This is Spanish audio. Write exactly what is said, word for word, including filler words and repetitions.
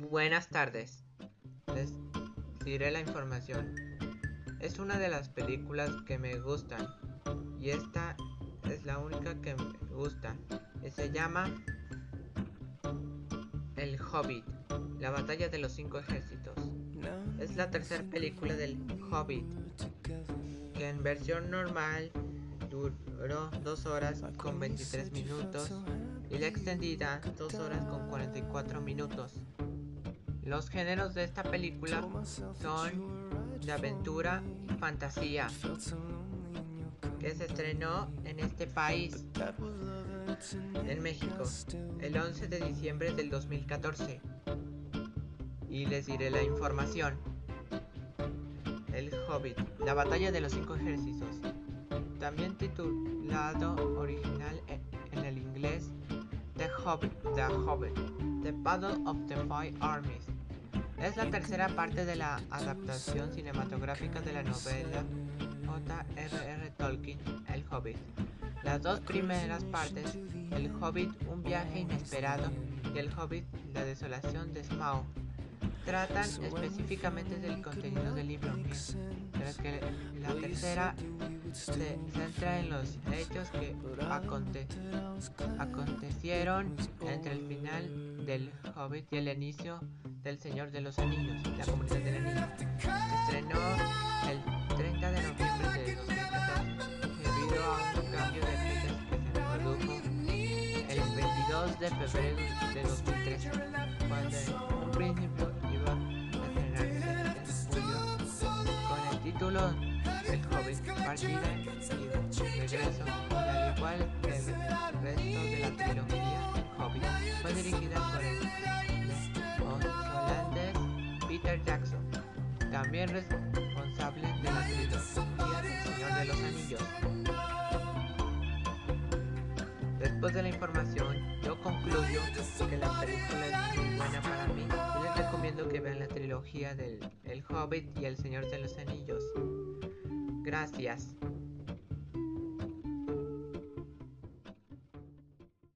Buenas tardes, les diré la información. Es una de las películas que me gustan y esta es la única que me gusta. Y se llama El Hobbit, la batalla de los cinco ejércitos. Es la tercera película del Hobbit, que en versión normal duró dos horas con veintitrés minutos y la extendida dos horas con cuarenta y cuatro minutos. Los géneros de esta película son de aventura y fantasía, que se estrenó en este país, en México, el once de diciembre del dos mil catorce. Y les diré la información. El Hobbit, la batalla de los cinco ejércitos, también titulado original en el inglés The Hobbit, The Hobbit, The Battle of the Five Armies. Es la tercera parte de la adaptación cinematográfica de la novela J R R Tolkien, El Hobbit. Las dos primeras partes, El Hobbit, un viaje inesperado, y El Hobbit, la desolación de Smaug, tratan específicamente del contenido del libro, mientras que la tercera se centra en los hechos que aconte acontecieron entre el final del Hobbit y el inicio del Señor de los Anillos, la Comunidad del Anillo. Se estrenó el treinta de noviembre de dos mil catorce debido a un cambio de fechas que se produjo el veintidós de febrero de dos mil trece, cuando en un principio iba a estrenarse en julio con el título El Hobbit, partida y regreso, y al igual que el resto de la trilogía El Hobbit, fue dirigida por el neozelandés Peter Jackson, también responsable de la trilogía El Señor de los Anillos. Después de la información, yo concluyo que la película es muy buena para mí y les recomiendo que vean la trilogía del El Hobbit y El Señor de los Anillos. Gracias.